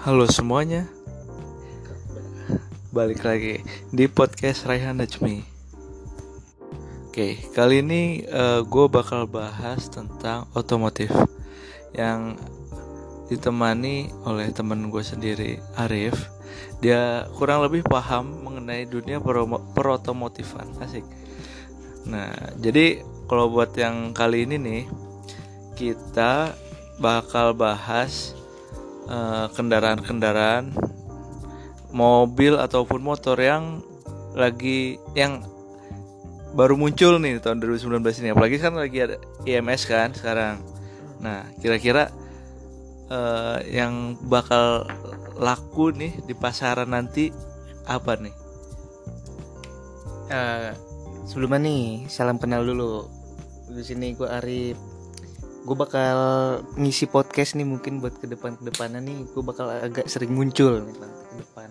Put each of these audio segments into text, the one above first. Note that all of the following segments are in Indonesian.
Halo semuanya, balik lagi di podcast Raihan Najmi. Oke, kali ini gue bakal bahas tentang otomotif yang ditemani oleh temen gue sendiri, Arif. Dia kurang lebih paham mengenai dunia perotomotifan. Asik. Nah, jadi kalau buat yang kali ini nih, kita bakal bahas kendaraan-kendaraan mobil ataupun motor yang baru muncul nih tahun 2019 ini. Apalagi kan lagi ada IMS kan sekarang. Nah, kira-kira yang bakal laku nih di pasaran nanti apa nih? Sebelumnya nih, salam kenal dulu. Di sini gue Arif. Gue bakal ngisi podcast nih mungkin buat kedepannya nih. Gue bakal agak sering muncul nih bang ke depan.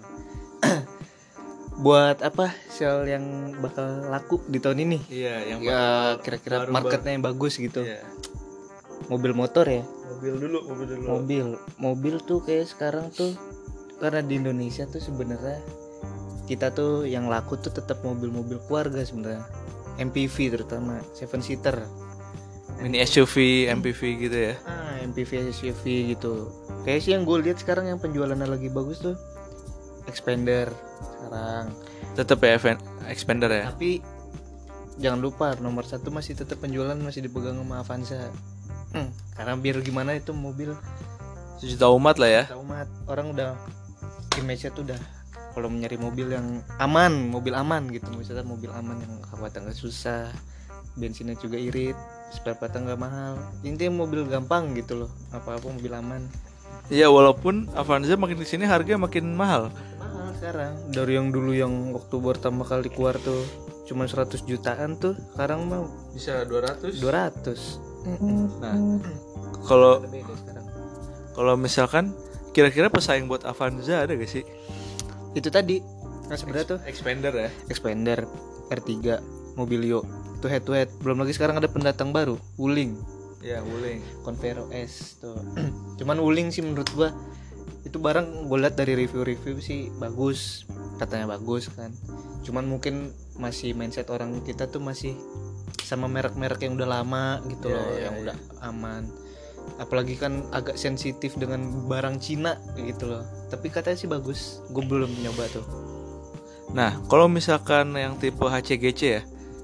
Buat apa soal yang bakal laku di tahun ini? Iya, yang kira-kira marketnya yang bagus gitu. Iya. Mobil motor ya. Mobil dulu. Mobil tuh kayak sekarang tuh karena di Indonesia tuh sebenarnya kita tuh yang laku tuh tetap mobil-mobil keluarga sebenarnya. MPV terutama 7-seater. Mini SUV, MPV gitu ya. MPV SUV gitu. Kayak sih yang gue lihat sekarang yang penjualannya lagi bagus tuh Expander sekarang. Tetap ya Expander ya. Tapi jangan lupa nomor 1 masih tetap penjualan masih dipegang sama Avanza. Karena biar gimana itu mobil Sejuta umat lah ya. umat orang udah image-nya tuh udah kalau mencari mobil yang aman, mobil aman gitu. Misalnya mobil aman yang khawatir nggak susah, bensinnya juga irit, spare partnya nggak mahal. Intinya mobil gampang gitu loh, apa-apa mobil aman. Iya, walaupun Avanza makin kesini harganya makin mahal. Mahal sekarang. Dari yang dulu yang waktu pertama kali keluar tuh cuma 100 jutaan tuh, sekarang mah Bisa 200. 200. Nah, kalau Beda sekarang. kalau misalkan kira-kira pesaing buat Avanza ada gak sih? Itu tadi. Nah sebenarnya tuh Expander ya. Expander, R3, Mobilio, itu head to head. Belum lagi sekarang ada pendatang baru, Wuling. Ya, Wuling. Convero S tuh. Cuman Wuling sih menurut gua itu barang gue lihat dari review-review sih bagus, katanya bagus kan. Cuman mungkin masih mindset orang kita tuh masih sama merek-merek yang udah lama gitu loh, yang udah aman. Apalagi kan agak sensitif dengan barang Cina gitu loh. Tapi katanya sih bagus. Gue belum nyoba tuh. Nah, kalau misalkan yang tipe HCGC ya,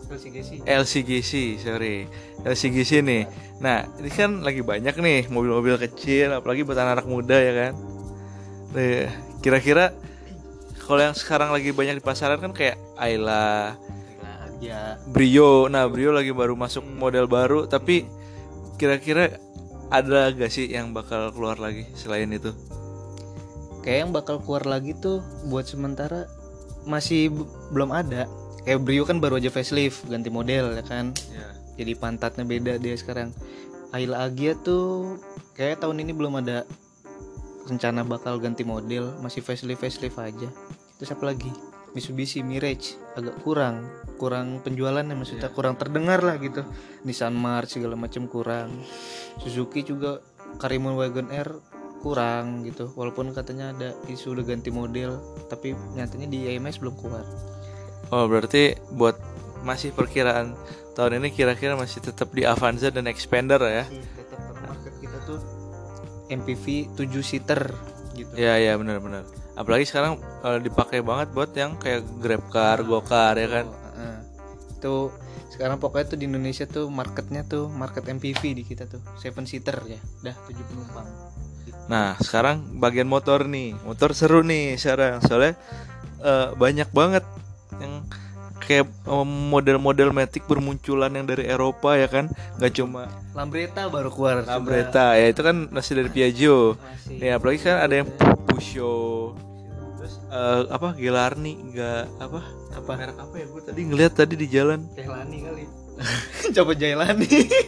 LCGC nih. Nah, ini kan lagi banyak nih mobil-mobil kecil, apalagi buat anak-anak muda ya kan. Nah, kira-kira kalau yang sekarang lagi banyak di pasaran kan kayak Ayla, Ya, Brio. Nah, Brio lagi baru masuk model baru, tapi kira-kira ada gak sih yang bakal keluar lagi selain itu? kayak yang bakal keluar lagi tuh buat sementara masih belum ada. Kayak Brio kan baru aja facelift, ganti model ya kan. Jadi pantatnya beda dia sekarang. Ayla Agya tuh kayak tahun ini belum ada rencana bakal ganti model, masih facelift aja. Terus apa lagi? Mitsubishi Mirage agak kurang penjualannya, maksudnya kurang terdengar lah gitu. Nissan March segala macam kurang. Suzuki juga Karimun Wagon R kurang gitu. Walaupun katanya ada isu udah ganti model, tapi nyatanya di IMS belum keluar. Oh, berarti buat masih perkiraan tahun ini kira-kira masih tetap di Avanza dan Expander ya? Tetap market kita tuh MPV 7-seater gitu. Ya benar. Apalagi sekarang dipakai banget buat yang kayak GrabCar, GoCar ya kan? Itu sekarang pokoknya tuh di Indonesia tuh marketnya tuh market MPV di kita tuh 7-seater ya, dah 7 penumpang. Nah, sekarang bagian motor nih, motor seru nih sekarang soalnya banyak banget yang kayak model-model Matic bermunculan yang dari Eropa ya kan, nggak cuma Lambretta baru keluar. Lambretta ya, itu kan masih dari Piaggio. Masih. Ya apalagi kan ada yang Peugeot, terus Gelarni, apa merek apa ya, gue tadi ngeliat tadi di jalan. Jailani kali. Coba Jailani.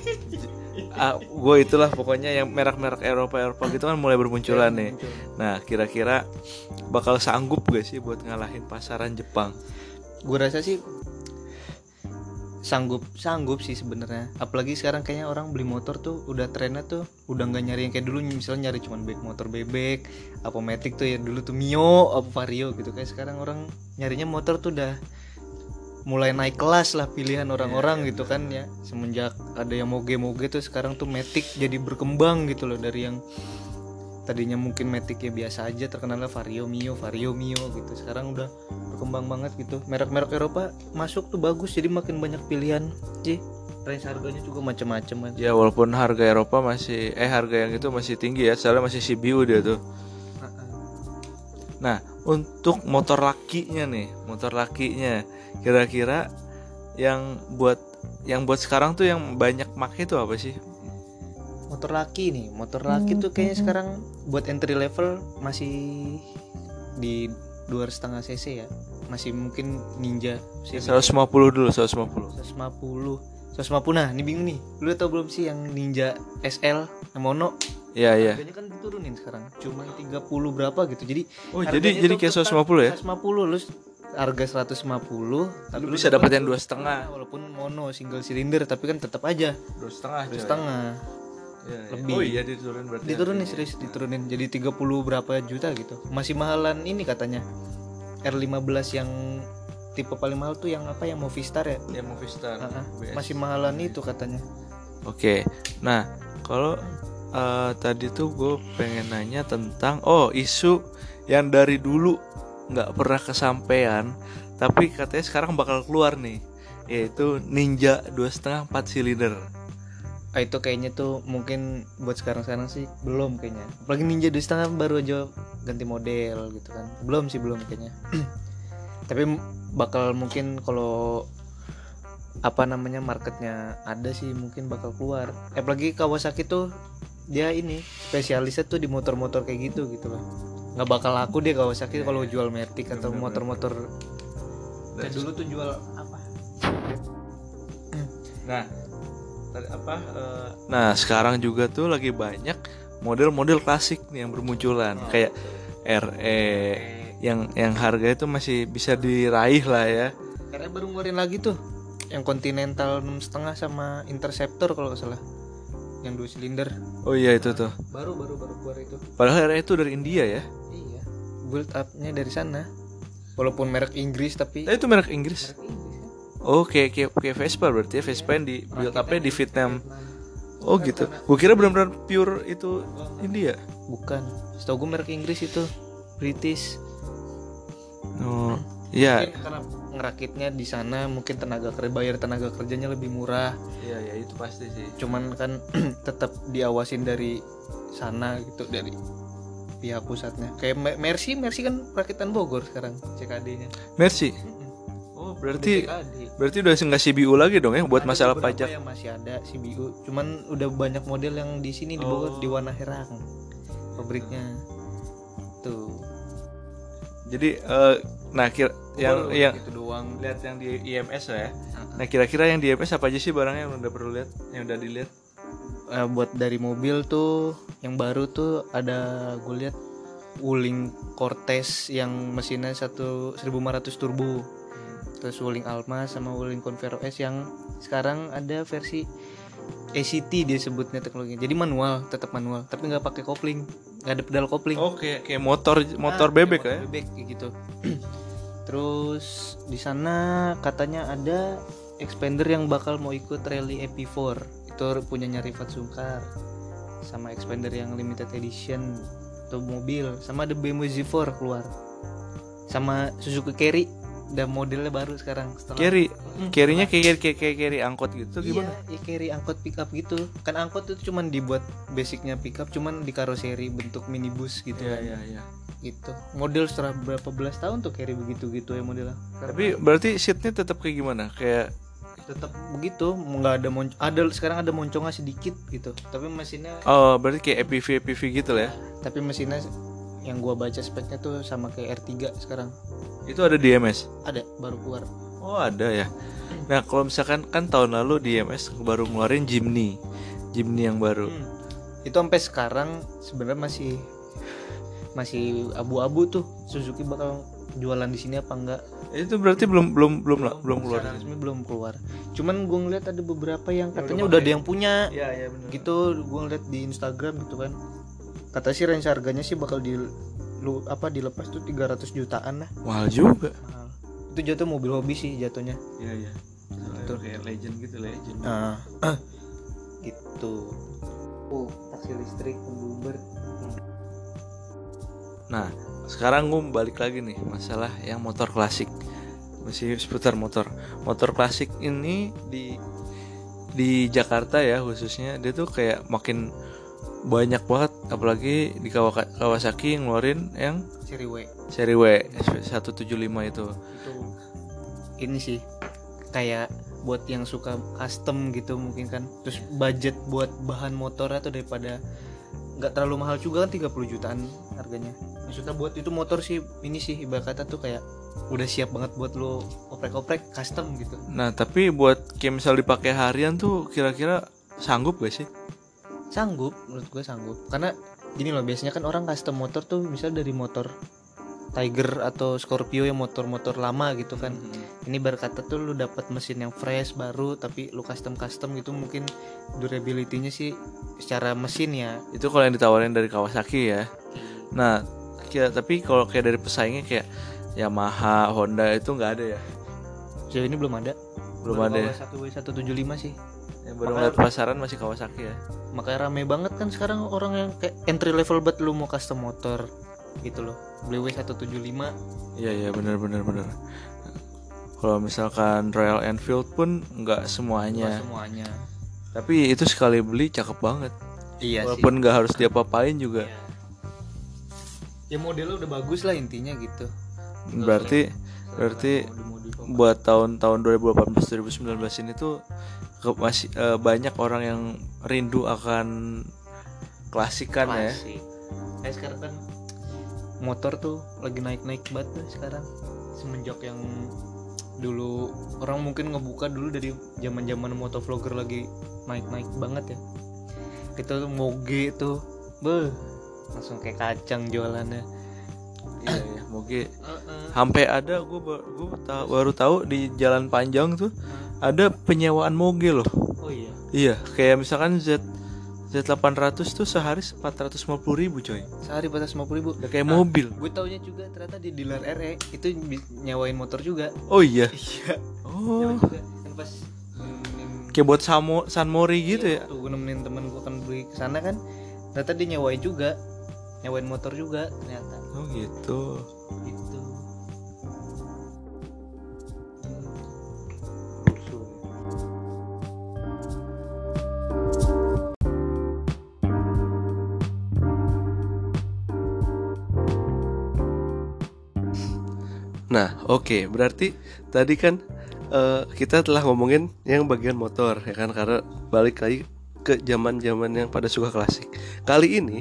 Gue itulah pokoknya yang merek-merek Eropa gitu kan mulai bermunculan nih. Nah, kira-kira bakal sanggup gak sih buat ngalahin pasaran Jepang? Gue rasa sih sanggup sih sebenarnya. Apalagi sekarang kayaknya orang beli motor tuh udah trennya tuh udah nggak nyari yang kayak dulu, misalnya nyari cuman motor bebek apa matic tuh ya, dulu tuh Mio apa Vario gitu. Kayak sekarang orang nyarinya motor tuh udah mulai naik kelas lah pilihan orang-orang gitu kan ya. Semenjak ada yang moge tuh sekarang tuh matic jadi berkembang gitu loh, dari yang tadinya mungkin matic ya biasa aja terkenalnya Vario Mio gitu, sekarang udah berkembang banget gitu. Merek-merek Eropa masuk tuh bagus, jadi makin banyak pilihan sih. Range harganya juga macam-macam kan. Ya walaupun harga Eropa masih harga yang itu masih tinggi ya, soalnya masih CBU dia tuh. Nah, untuk motor lakinya kira-kira yang buat sekarang tuh yang banyak make itu apa sih? Motor laki tuh kayaknya sekarang buat entry level masih di 2,5 cc ya, masih mungkin Ninja 150 dulu. 150. Nah ini bingung nih, lu tau belum sih yang Ninja SL yang mono? Iya. Harganya kan diturunin sekarang cuma 30 berapa gitu. Jadi jadi kayak 150 ya? 150 lu harga 150 tapi lu bisa dapat yang 2,5 walaupun mono single silinder, tapi kan tetap aja 2,5 lebih. Oh iya diturunin serius, diturunin jadi 30 berapa juta gitu. Masih mahalan ini katanya R15 yang tipe paling mahal tuh yang apa, yang Movistar ya? Yang Movistar. Masih mahalan itu katanya. Oke. Nah, kalau tadi tuh gue pengen nanya tentang isu yang dari dulu nggak pernah kesampaian tapi katanya sekarang bakal keluar nih, yaitu Ninja 2,5 4 silinder. Itu kayaknya tuh mungkin buat sekarang sih belum kayaknya. Apalagi Ninja 2,5 baru aja ganti model gitu kan. Belum kayaknya. Tapi bakal mungkin kalau marketnya ada sih mungkin bakal keluar. Apalagi Kawasaki tuh dia ini spesialisnya tuh di motor-motor kayak gitu loh. Nggak bakal laku dia Kawasaki kalau jual Matic atau motor-motor kayak dulu tuh jual apa. Nah sekarang juga tuh lagi banyak model-model klasik nih yang bermunculan, kayak RE yang harga itu masih bisa diraih lah ya. RE baru ngeluarin lagi tuh yang Continental 6,5 sama Interceptor kalau nggak salah, yang 2 silinder. Oh iya itu tuh baru keluar itu. Padahal RE itu dari India ya. Iya, build up-nya dari sana walaupun merek Inggris tapi itu merek Inggris. Oh kayak Vespa berarti ya, Vespa yang di build up-nya di Vietnam. Oh gitu. Gue kira benar-benar pure itu India. Bukan. Setahu gue merek Inggris itu, British. Oh iya. Karena ngerakitnya di sana mungkin bayar tenaga kerjanya lebih murah. Iya itu pasti sih. Cuman kan tetap diawasin dari sana gitu, dari pihak pusatnya. Kayak Mercy kan rakitan Bogor sekarang CKD-nya. Mercy. Oh berarti udah nggak CBU lagi dong ya buat masalah pajak. Yang masih ada CBU, cuman udah banyak model yang di sini di Bogor, di Wana Herang pabriknya tuh. Jadi yang gitu doang. Lihat yang di IMS ya. Nah kira-kira yang di IMS apa aja sih barangnya yang udah perlu lihat, yang udah dilihat? Buat dari mobil tuh yang baru tuh ada gue lihat Wuling Cortez yang mesinnya 1500 turbo. Terus Wuling Alma sama Wuling Convero S yang sekarang ada versi ACT dia sebutnya teknologinya. Jadi tetap manual, tapi nggak pakai kopling, nggak ada pedal kopling. Oh kayak motor bebek ya? Bebek kayak gitu. Terus di sana katanya ada expander yang bakal mau ikut rally EP4. Itu punyanya Rifat Sungkar. Sama expander yang limited edition atau mobil, sama ada BMW Z4 keluar. Sama Suzuki Carry, ada modelnya baru sekarang. Carry-nya kayak carry angkot gitu gimana? Iya, carry angkot pickup gitu. Kan angkot itu cuman dibuat basicnya pickup, cuman di karoseri bentuk minibus gitu. Iya. Gitu. Model setelah berapa belas tahun tuh carry begitu ya modelnya. Tapi berarti seatnya tetap kayak gimana? Kayak tetap begitu, nggak ada sekarang ada moncongnya sedikit gitu. Tapi mesinnya berarti kayak EPV gitu lah ya. Tapi mesinnya yang gua baca speknya tuh sama kayak R3 sekarang. Itu ada di MS? Ada, baru keluar. Oh ada ya. Nah kalau misalkan kan tahun lalu di MS baru ngeluarin Jimny yang baru. Itu sampai sekarang sebenarnya masih abu-abu tuh Suzuki bakal jualan di sini apa enggak. Itu berarti belum keluar. Secara resmi belum keluar. Cuman gue ngeliat ada beberapa yang katanya udah ada yang punya. Iya benar. Gitu gue ngeliat di Instagram gitu kan. Kata sih range harganya sih bakal dilepas tuh 300 jutaan lah. Mahal juga. Mahal. Itu jatuh mobil hobi sih jatuhnya. Iya. Itu kayak legend gitu, legend. Gitu. Taksi listrik Bluebird. Nah, sekarang gue balik lagi nih masalah yang motor klasik. Masih seputar motor klasik ini di Jakarta ya khususnya, dia tuh kayak makin banyak banget, apalagi di Kawasaki ngeluarin yang seri W 175 itu. Ini sih kayak buat yang suka custom gitu mungkin kan, terus budget buat bahan motornya tuh daripada nggak terlalu mahal juga kan, 30 jutaan harganya. Maksudnya buat itu motor sih ini sih ibarat kata tuh kayak udah siap banget buat lo oprek-oprek custom gitu. Nah tapi buat kayak misal dipakai harian tuh kira-kira sanggup gak sih? Sanggup, menurut gue sanggup. Karena gini loh, biasanya kan orang custom motor tuh misal dari motor Tiger atau Scorpio yang motor-motor lama gitu kan. Ini berkata tuh lu dapat mesin yang fresh baru tapi lu custom gitu, mungkin durability-nya sih secara mesin ya. Itu kalau yang ditawarin dari Kawasaki ya. Nah, tapi kalau kayak dari pesaingnya kayak Yamaha, Honda itu nggak ada ya? Sejauh ini belum ada. Belum ada. Ya? 1W175 sih. Yang baru ngeliat pasaran masih Kawasaki ya. Makanya rame banget kan sekarang orang yang kayak entry level buat lu mau custom motor gitu loh. Beli W175. Iya benar. Kalau misalkan Royal Enfield pun nggak semuanya. Tapi itu sekali beli cakep banget. Iya. Walaupun nggak harus diapa-apain juga. Iya. Ya modelnya udah bagus lah intinya gitu. Berarti buat tahun-tahun 2018-2019 ini tuh masih banyak orang yang rindu akan klasikan ya. Kayak sekarang kan motor tuh lagi naik-naik banget tuh sekarang. Semenjak yang dulu orang mungkin ngebuka dulu dari zaman-zaman motovlogger lagi naik-naik banget ya. Itu Moge tuh, langsung kayak kacang jualannya. Iya Moge. Sampai ada gue baru tahu di Jalan Panjang tuh ada penyewaan Moge loh. Oh iya. Iya, kayak misalkan Z800 tuh sehari 450.000 coy. Sehari 450.000. Udah kayak mobil. Gue taunya juga ternyata di dealer RE itu nyewain motor juga. Oh iya. Iya. Oh. Juga. Kan pas kayak buat San Mori gitu ya. Tuh gue nemenin temen gue kan beli kesana kan, ternyata dia nyewain juga, nyewain motor juga ternyata. Oh gitu. Nah, oke. Berarti tadi kan kita telah ngomongin yang bagian motor ya kan, karena balik lagi ke zaman-zaman yang pada suka klasik. Kali ini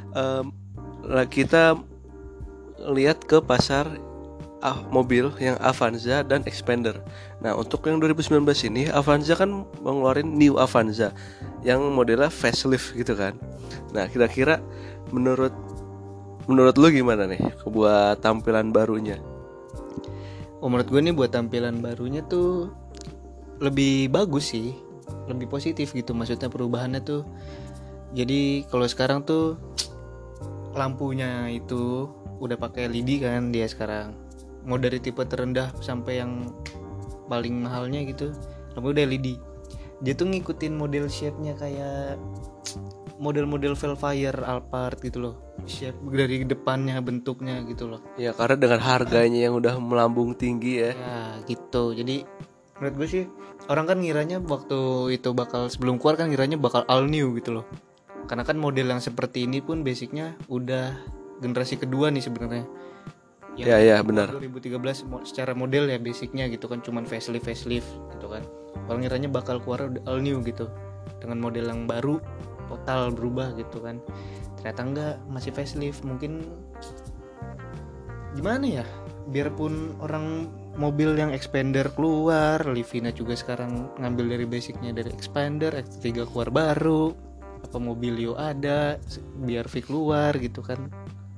kita lihat ke pasar mobil yang Avanza dan Expander. Nah, untuk yang 2019 ini Avanza kan mengeluarin New Avanza yang modelnya facelift gitu kan. Nah, kira-kira menurut lu gimana nih buat tampilan barunya? Menurut gue nih buat tampilan barunya tuh lebih bagus sih, lebih positif gitu. Maksudnya perubahannya tuh, jadi kalau sekarang tuh lampunya itu udah pakai LED kan dia sekarang. Mau dari tipe terendah sampai yang paling mahalnya gitu, lampu udah LED. Dia tuh ngikutin model shape-nya kayak model-model Velfire, Alphard gitu loh. Shape dari depannya, bentuknya gitu loh. Ya karena dengan harganya yang udah melambung tinggi ya. Ya gitu. Jadi menurut gue sih, orang kan ngiranya waktu itu bakal, sebelum keluar kan ngiranya bakal all new gitu loh. Karena kan model yang seperti ini pun basicnya udah generasi kedua nih sebenarnya. Ya benar. 2013 secara model ya basicnya gitu kan, cuman facelift gitu kan. Orang ngiranya bakal keluar all new gitu, dengan model yang baru, total berubah gitu kan. Ternyata enggak, masih facelift. Mungkin gimana ya, biarpun orang mobil yang Expander keluar, Livina juga sekarang ngambil dari basicnya dari Expander, X3 keluar baru, apa Mobilio ada, BRV keluar gitu kan,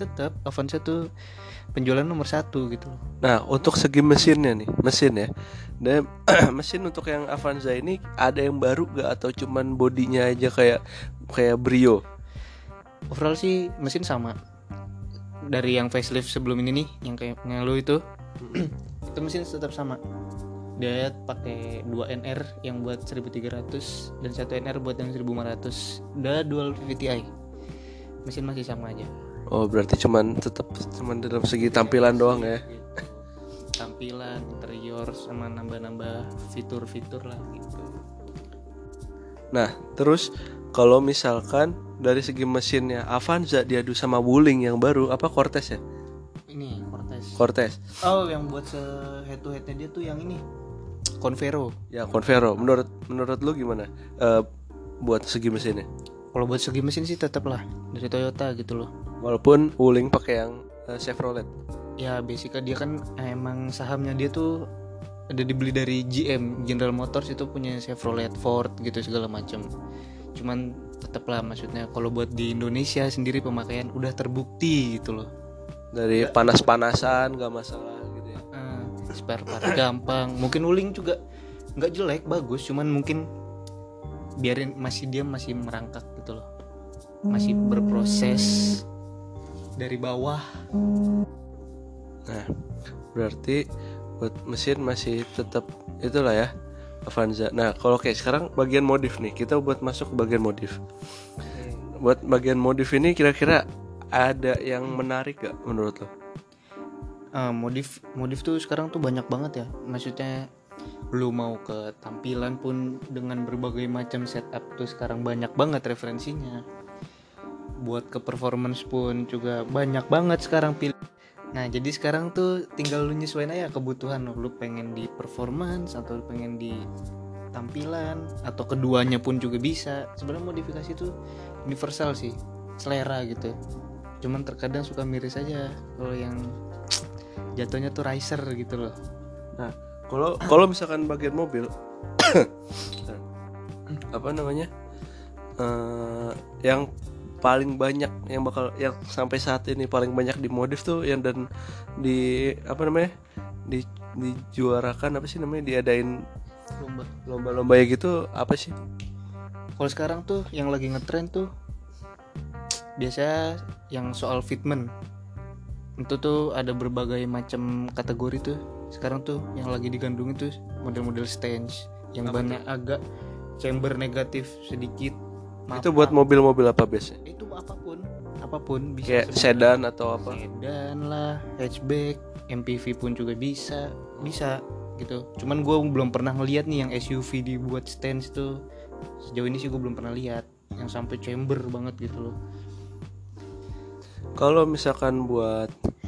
tetap Avanza tuh penjualan nomor 1 gitu loh. Nah, untuk segi mesin ya. Dan mesin untuk yang Avanza ini ada yang baru gak atau cuman bodinya aja kayak Brio? Overall sih mesin sama. Dari yang facelift sebelum ini nih, yang kayak ngelu itu, itu mesin tetap sama. Dia pakai 2 NR yang buat 1300 dan 1 NR buat yang 1500. Udah dual VVTi. Mesin masih sama aja. Oh, berarti cuman dalam segi tampilan doang ya. Gitu. Tampilan, interior sama nambah-nambah fitur-fitur lah gitu. Nah, terus kalau misalkan dari segi mesinnya Avanza diadu sama Wuling yang baru, apa Cortez ya? Ini Cortez. Oh, yang buat head to headnya dia tuh yang ini Convero. Ya, Convero. Menurut lu gimana? Buat segi mesinnya? Kalau buat segi mesin sih tetap lah dari Toyota gitu loh. Walaupun Wuling pakai yang Chevrolet. Ya basicnya dia kan emang sahamnya dia tuh ada dibeli dari GM, General Motors itu punya Chevrolet, Ford gitu segala macam. Cuman tetap lah maksudnya kalau buat di Indonesia sendiri pemakaian udah terbukti gitu loh. Dari panas-panasan gak masalah gitu ya. Spare part gampang. Mungkin Wuling juga nggak jelek, bagus, cuman mungkin biarin masih merangkak gitu loh. Masih berproses dari bawah. Nah, berarti buat mesin masih tetap itulah ya Avanza. Nah, kalau kayak sekarang bagian modif nih, kita buat masuk ke bagian modif. Buat bagian modif ini kira-kira ada yang menarik gak menurut lo? Modif tuh sekarang tuh banyak banget ya. Maksudnya lu mau ke tampilan pun dengan berbagai macam setup tuh sekarang banyak banget referensinya. Buat ke performance pun juga banyak banget sekarang pilih. Nah jadi sekarang tuh tinggal lu nyesuaiin aja kebutuhan lu pengen di performance atau lu pengen di tampilan atau keduanya pun juga bisa. Sebenarnya modifikasi tuh universal sih, selera gitu. Cuman terkadang suka miris aja kalau yang jatuhnya tuh racer gitu loh. Nah kalau misalkan bagian mobil apa namanya yang paling banyak yang sampai saat ini paling banyak dimodif tuh yang dan dijuarakan apa sih namanya, diadain lomba-lomba ya gitu, apa sih? Kalau sekarang tuh yang lagi ngetrend tuh biasa yang soal fitment. Itu tuh ada berbagai macam kategori tuh. Sekarang tuh yang lagi digandung itu model-model stance yang banyak agak chamber negatif sedikit. Itu buat mobil-mobil apa biasanya? Itu apapun bisa. Kayak sedan atau apa? Sedan lah, hatchback, MPV pun juga bisa gitu. Cuman gue belum pernah ngeliat nih yang SUV dibuat stance tuh. Sejauh ini sih gue belum pernah lihat yang sampai chamber banget gitu loh. Kalau misalkan buat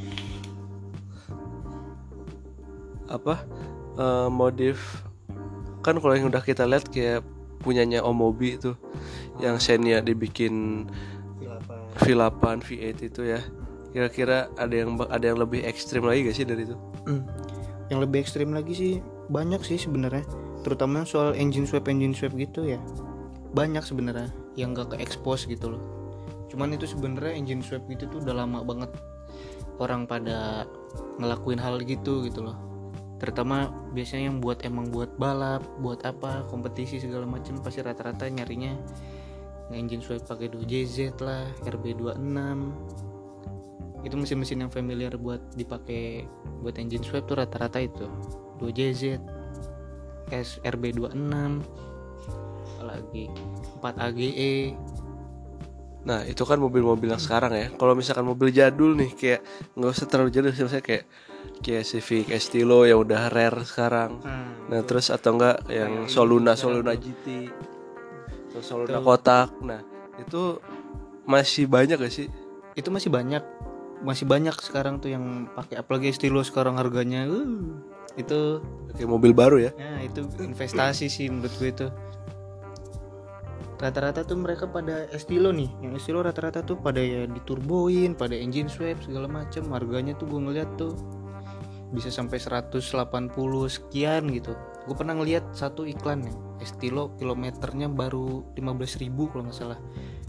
modif kan, kalau yang udah kita lihat kayak punyanya Omobi itu yang Xenia dibikin V8 V8 itu ya. Kira-kira ada yang lebih ekstrim lagi gak sih dari itu? Yang lebih ekstrim lagi sih banyak sih sebenarnya, terutama soal engine swap gitu ya. Banyak sebenarnya yang gak ke expose gitu loh. Cuman itu sebenarnya engine swap gitu tuh udah lama banget orang pada ngelakuin hal gitu loh. Terutama biasanya yang buat balap, buat apa, kompetisi segala macam, pasti rata-rata nyarinya engine swap pakai 2JZ lah, RB26. Itu mesin-mesin yang familiar buat dipakai buat engine swap tuh rata-rata itu 2JZ, RB26, apalagi 4AGE. Nah itu kan mobil-mobil yang sekarang ya. Kalau misalkan mobil jadul nih, kayak nggak usah terlalu jadul sih, misalnya kayak Civic Estilo yang udah rare sekarang. Nah terus atau enggak yang Soluna GT atau Soluna kotak. Nah itu masih banyak gak sih? Itu masih banyak sekarang tuh yang pakai, apalagi Estilo sekarang harganya itu kayak mobil baru ya. Nah itu investasi sih menurut gue itu. Rata-rata tuh mereka pada Estilo nih, yang Estilo rata-rata tuh pada ya diturboin, pada engine swap segala macam. Harganya tuh gue ngeliat tuh bisa sampai 180 sekian gitu. Gue pernah ngeliat satu iklan ya, Estilo kilometernya baru 15.000 kalau nggak salah.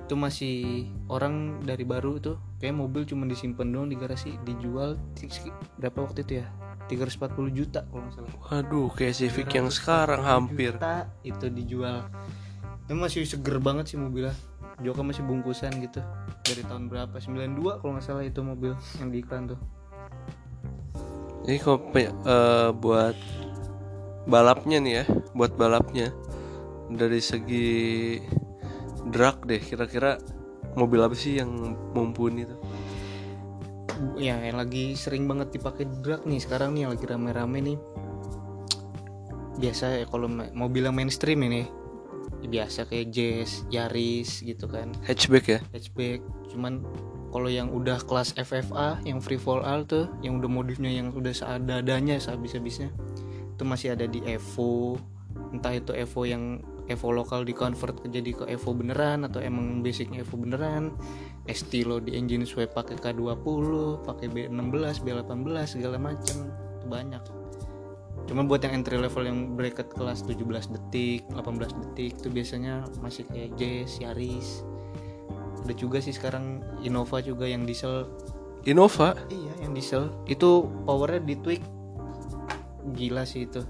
Itu masih orang dari baru tuh kayak mobil cuma disimpan doang di garasi, dijual berapa waktu itu ya, 340 juta kalau nggak salah. Waduh, kayak Civic yang sekarang hampir juta itu dijual. Itu masih seger banget sih mobilnya, joknya masih bungkusan gitu. Dari tahun berapa, 92 kalau nggak salah itu mobil yang di iklan tuh. Jadi kalau buat balapnya nih ya, buat balapnya dari segi drag deh, kira-kira mobil apa sih yang mumpuni tuh? Ya yang lagi sering banget dipakai drag nih sekarang nih, yang lagi rame-rame nih. Biasa ya kalau mobil yang mainstream ini biasa kayak Jazz, Yaris gitu kan. Hatchback ya? Hatchback. Cuman kalau yang udah kelas FFA, yang free fall all tuh, yang udah modifnya yang udah seadanya, sehabis-habisnya, itu masih ada di Evo. Entah itu Evo yang Evo lokal di convert jadi ke Evo beneran atau emang basicnya Evo beneran. Estilo di engine swap pakai K20, pakai B16, B18 segala macam, itu banyak. Cuma buat yang entry level yang bracket kelas 17 detik, 18 detik itu biasanya masih kayak Jazz, Yaris. Ada juga sih sekarang Innova juga yang diesel. Innova? Iya, yang diesel. Itu powernya di tweak. Gila sih itu.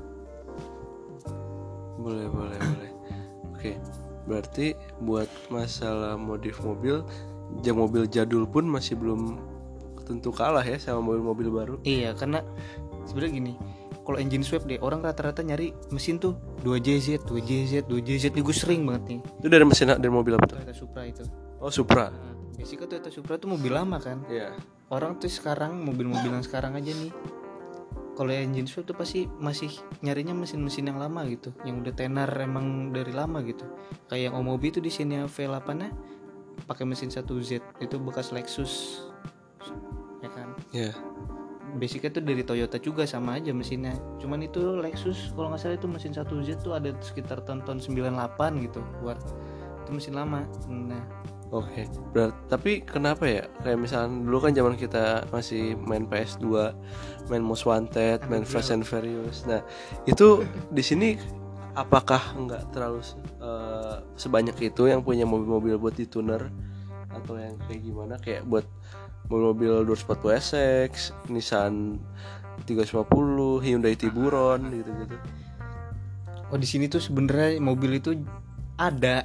Boleh. Oke, berarti buat masalah modif mobil jadul pun masih belum tentu kalah ya sama mobil-mobil baru. Iya, karena sebenarnya gini, kalau engine swap deh, orang rata-rata nyari mesin tuh 2JZ nih, gue sering banget nih. Itu dari mesin, dari mobil apa tuh? Toyota Supra itu. Oh, Supra. Nah, basicnya Toyota Supra tuh mobil lama kan. Iya. Orang tuh sekarang mobil-mobil yang sekarang aja nih, kalau engine swap tuh pasti masih nyarinya mesin-mesin yang lama gitu, yang udah tenar emang dari lama gitu. Kayak yang Omobi tuh di sini V8-nya pakai mesin 1Z, itu bekas Lexus. Ya kan? Iya. Basicnya tuh dari Toyota juga sama aja mesinnya. Cuman itu Lexus kalau nggak salah itu mesin 1Z tuh ada sekitar tahun 98 gitu buat. Itu mesin lama. Nah, Oke. Tapi kenapa ya? Kayak misalnya dulu kan zaman kita masih main PS2, main Most Wanted, main Fast and Furious. Nah, itu di sini apakah nggak terlalu sebanyak itu yang punya mobil-mobil buat dituner, atau yang kayak gimana, kayak buat mobil-mobil 240 SX, Nissan 350, Hyundai Tiburon gitu-gitu. oh di sini tuh sebenarnya mobil itu ada.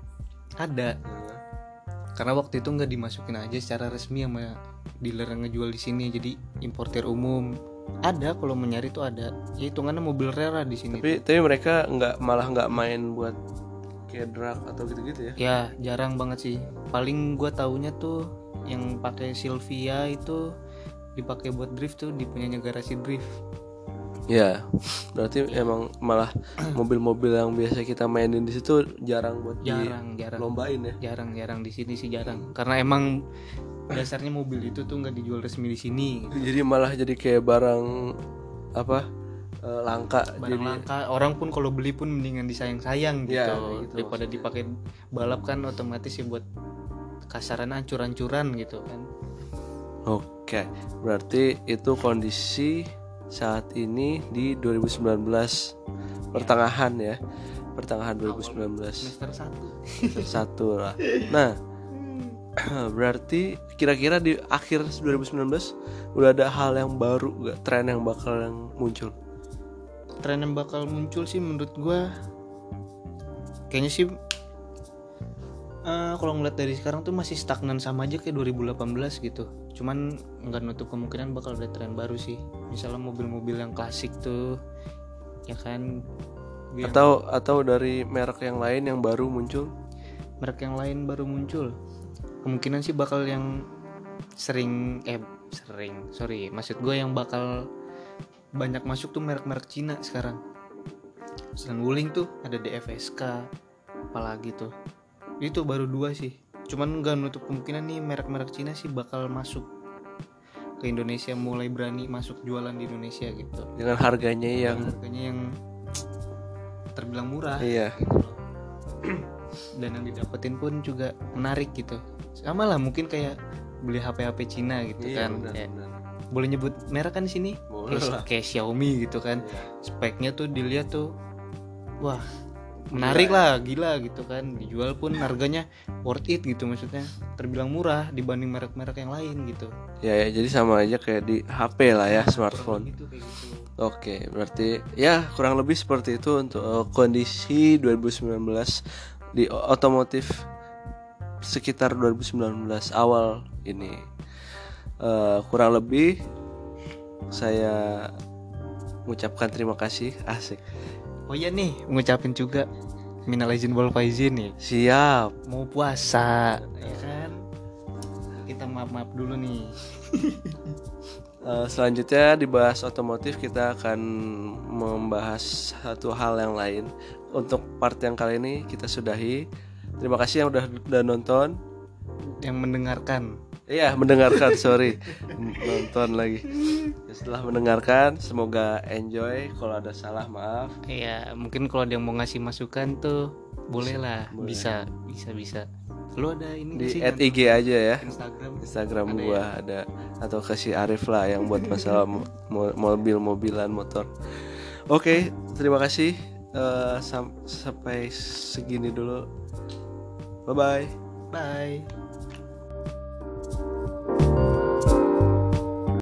Karena waktu itu nggak dimasukin aja secara resmi sama dealer yang ngejual di sini, jadi importir umum. Ada, kalau mencari tuh ada. Ya hitungannya mobil rare di sini. Tapi mereka malah nggak main buat kayak drag atau gitu-gitu ya? Ya jarang banget sih. Paling gue taunya tuh yang pakai Silvia itu dipakai buat drift tuh, di punyanya garasi drift. Ya, berarti emang malah mobil-mobil yang biasa kita mainin di situ jarang buat lombain ya. Jarang di sini sih jarang. Karena emang dasarnya mobil itu tuh nggak dijual resmi di sini. Jadi malah jadi kayak barang langka. Langka. Orang pun kalau beli pun mendingan disayang-sayang gitu, gitu daripada dipakai balap kan otomatis ya buat kasaran ancur-ancuran gitu kan. Oke, berarti itu kondisi saat ini di 2019 pertengahan 2019 semester 1 lah. Nah, berarti kira-kira di akhir 2019 udah ada hal yang baru gak, tren yang bakal muncul? Tren yang bakal muncul sih menurut gue kayaknya sih kalau ngeliat dari sekarang tuh masih stagnan sama aja kayak 2018 gitu. Cuman nggak nutup kemungkinan bakal ada tren baru sih. Misalnya mobil-mobil yang klasik tuh, ya kan. Atau dari merek yang lain yang baru muncul. Merek yang lain baru muncul. Kemungkinan sih bakal yang maksud gue yang bakal banyak masuk tuh merek-merek Cina sekarang. Selain Wuling tuh ada DFSK, apalagi tuh. Itu baru 2 sih. Cuman gak nutup kemungkinan nih merek-merek Cina sih bakal masuk ke Indonesia, mulai berani masuk jualan di Indonesia gitu. Dengan harganya yang terbilang murah. Iya. Gitu. Dan yang didapetin pun juga menarik gitu. Sama lah mungkin kayak beli HP Cina gitu kan. Benar. Boleh nyebut merek kan di sini? Kayak Xiaomi gitu kan. Iya. Speknya tuh dilihat tuh, wah menarik lah, gila gitu kan. Dijual pun harganya worth it gitu, maksudnya terbilang murah dibanding merek-merek yang lain gitu. Ya, jadi sama aja kayak di HP lah ya, smartphone. Gitu, kayak gitu. Oke, berarti ya kurang lebih seperti itu untuk kondisi 2019 di otomotif sekitar 2019 awal ini. Kurang lebih saya mengucapkan terima kasih. Asik. Oh iya nih, ngucapin juga minal aizin wal faizin nih. Siap. Mau puasa, ya kan? Kita maaf dulu nih. Selanjutnya dibahas otomotif, kita akan membahas satu hal yang lain. Untuk part yang kali ini kita sudahi. Terima kasih yang udah nonton, yang mendengarkan. Iya, mendengarkan, sorry. Nonton lagi. Setelah mendengarkan, semoga enjoy. Kalau ada salah, maaf. Iya, mungkin kalau ada yang mau ngasih masukan tuh boleh lah. Boleh. Bisa. Lu ada ini Di sih, @IG aja ya. Ada Instagram gua ada, atau ke si Arif lah yang buat masalah mobil-mobilan, motor. Oke, terima kasih. Sampai segini dulu. Bye. Bye.